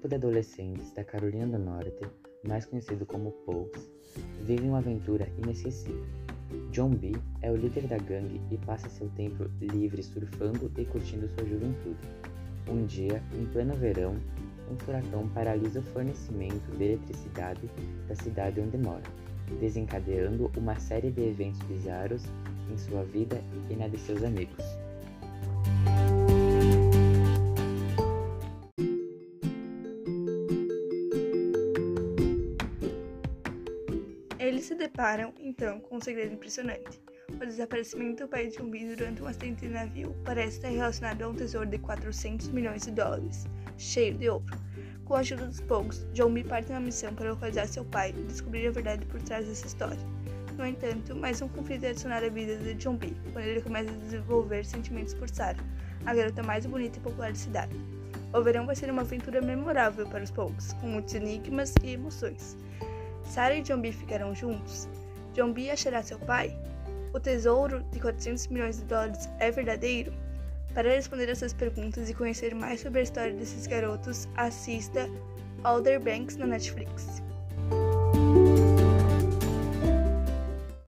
grupo de adolescentes da Carolina do Norte, mais conhecido como Pogues, vive uma aventura inesquecível. John B. é o líder da gangue e passa seu tempo livre surfando e curtindo sua juventude. Um dia, em pleno verão, um furacão paralisa o fornecimento de eletricidade da cidade onde mora, desencadeando uma série de eventos bizarros em sua vida e na de seus amigos. Eles se deparam, então, com um segredo impressionante. O desaparecimento do pai de John B durante um acidente de navio parece estar relacionado a um tesouro de $400 milhões, cheio de ouro. Com a ajuda dos Pogues, John B parte em uma missão para localizar seu pai e descobrir a verdade por trás dessa história. No entanto, mais um conflito é adicionado à vida de John B, quando ele começa a desenvolver sentimentos por Sarah, a garota mais bonita e popular da cidade. O verão vai ser uma aventura memorável para os Pogues, com muitos enigmas e emoções. Sarah e John B ficarão juntos? John B achará seu pai? O tesouro de $400 milhões é verdadeiro? Para responder essas perguntas e conhecer mais sobre a história desses garotos, assista Outer Banks na Netflix.